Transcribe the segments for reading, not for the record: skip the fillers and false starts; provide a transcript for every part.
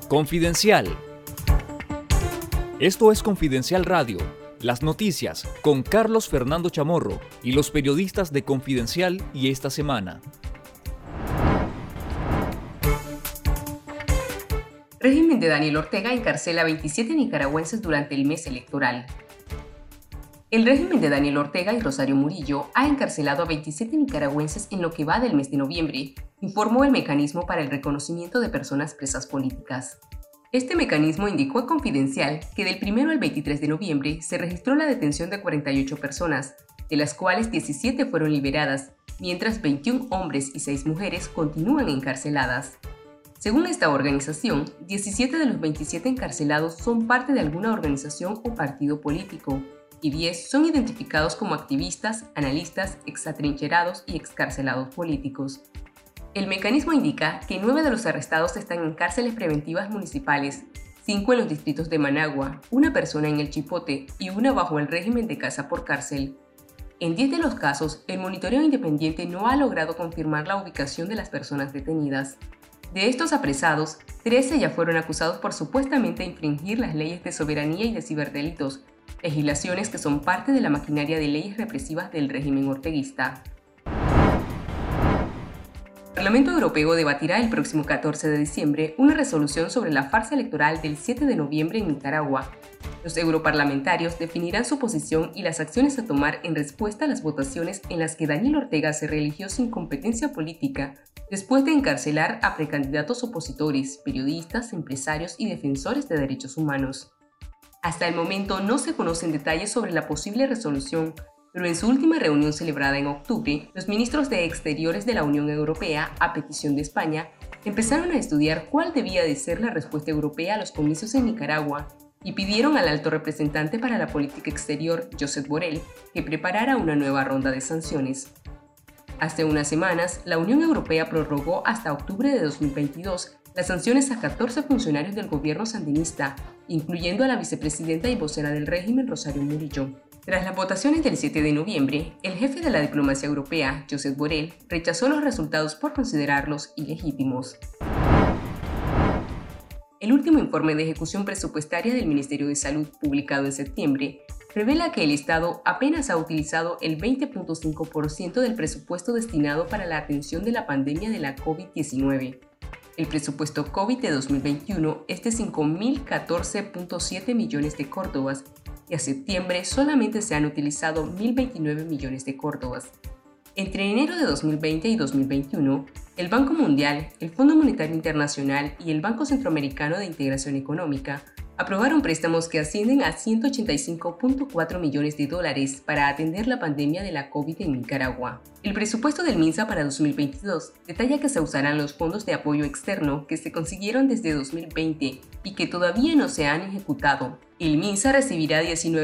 Confidencial. Esto es Confidencial Radio, las noticias con Carlos Fernando Chamorro y los periodistas de Confidencial y Esta Semana. Régimen de Daniel Ortega encarcela a 27 nicaragüenses durante el mes electoral. El régimen de Daniel Ortega y Rosario Murillo ha encarcelado a 27 nicaragüenses en lo que va del mes de noviembre, informó el Mecanismo para el Reconocimiento de Personas Presas Políticas. Este mecanismo indicó a Confidencial que del 1 al 23 de noviembre se registró la detención de 48 personas, de las cuales 17 fueron liberadas, mientras 21 hombres y 6 mujeres continúan encarceladas. Según esta organización, 17 de los 27 encarcelados son parte de alguna organización o partido político, y 10 son identificados como activistas, analistas, exatrincherados y excarcelados políticos. El mecanismo indica que 9 de los arrestados están en cárceles preventivas municipales, 5 en los distritos de Managua, 1 persona en El Chipote y 1 bajo el régimen de casa por cárcel. En 10 de los casos, el monitoreo independiente no ha logrado confirmar la ubicación de las personas detenidas. De estos apresados, 13 ya fueron acusados por supuestamente infringir las leyes de soberanía y de ciberdelitos, legislaciones que son parte de la maquinaria de leyes represivas del régimen orteguista. El Parlamento Europeo debatirá el próximo 14 de diciembre una resolución sobre la farsa electoral del 7 de noviembre en Nicaragua. Los europarlamentarios definirán su posición y las acciones a tomar en respuesta a las votaciones en las que Daniel Ortega se reeligió sin competencia política, después de encarcelar a precandidatos opositores, periodistas, empresarios y defensores de derechos humanos. Hasta el momento no se conocen detalles sobre la posible resolución, pero en su última reunión celebrada en octubre, los ministros de Exteriores de la Unión Europea, a petición de España, empezaron a estudiar cuál debía de ser la respuesta europea a los comicios en Nicaragua y pidieron al alto representante para la política exterior, Josep Borrell, que preparara una nueva ronda de sanciones. Hace unas semanas, la Unión Europea prorrogó hasta octubre de 2022 las sanciones a 14 funcionarios del gobierno sandinista, incluyendo a la vicepresidenta y vocera del régimen, Rosario Murillo. Tras las votaciones del 7 de noviembre, el jefe de la diplomacia europea, Josep Borrell, rechazó los resultados por considerarlos ilegítimos. El último informe de ejecución presupuestaria del Ministerio de Salud, publicado en septiembre, revela que el Estado apenas ha utilizado el 20.5% del presupuesto destinado para la atención de la pandemia de la COVID-19. El presupuesto COVID de 2021 es de 5.014.7 millones de córdobas y a septiembre solamente se han utilizado 1.029 millones de córdobas. Entre enero de 2020 y 2021, el Banco Mundial, el Fondo Monetario Internacional y el Banco Centroamericano de Integración Económica aprobaron préstamos que ascienden a 185.4 millones de dólares para atender la pandemia de la COVID en Nicaragua. El presupuesto del MINSA para 2022 detalla que se usarán los fondos de apoyo externo que se consiguieron desde 2020 y que todavía no se han ejecutado. El MINSA recibirá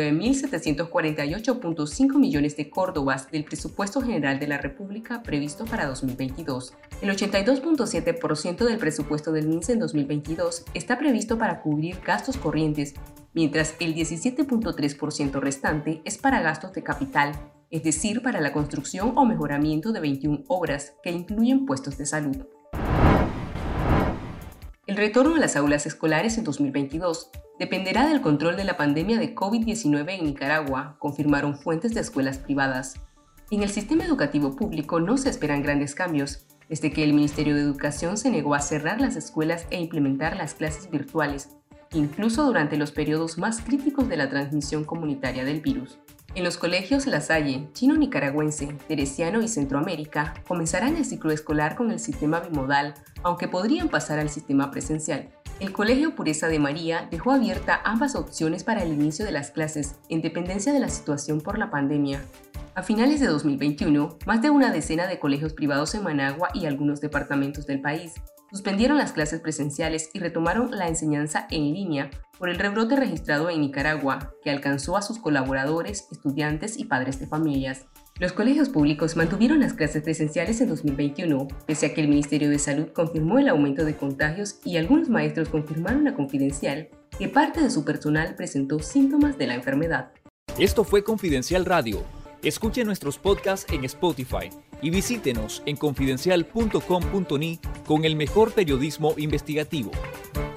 19.748.5 millones de córdobas del presupuesto general de la República previsto para 2022. El 82.7% del presupuesto del MINSA en 2022 está previsto para cubrir gastos corrientes, mientras el 17.3% restante es para gastos de capital, es decir, para la construcción o mejoramiento de 21 obras que incluyen puestos de salud. El retorno a las aulas escolares en 2022 dependerá del control de la pandemia de COVID-19 en Nicaragua, confirmaron fuentes de escuelas privadas. En el sistema educativo público no se esperan grandes cambios, desde que el Ministerio de Educación se negó a cerrar las escuelas e implementar las clases virtuales, incluso durante los periodos más críticos de la transmisión comunitaria del virus. En los colegios La Salle, Chino Nicaragüense, Teresiano y Centroamérica comenzarán el ciclo escolar con el sistema bimodal, aunque podrían pasar al sistema presencial. El Colegio Pureza de María dejó abierta ambas opciones para el inicio de las clases, en dependencia de la situación por la pandemia. A finales de 2021, más de una decena de colegios privados en Managua y algunos departamentos del país suspendieron las clases presenciales y retomaron la enseñanza en línea por el rebrote registrado en Nicaragua, que alcanzó a sus colaboradores, estudiantes y padres de familias. Los colegios públicos mantuvieron las clases presenciales en 2021, pese a que el Ministerio de Salud confirmó el aumento de contagios y algunos maestros confirmaron a Confidencial que parte de su personal presentó síntomas de la enfermedad. Esto fue Confidencial Radio. Escuche nuestros podcasts en Spotify y visítenos en confidencial.com.ni con el mejor periodismo investigativo.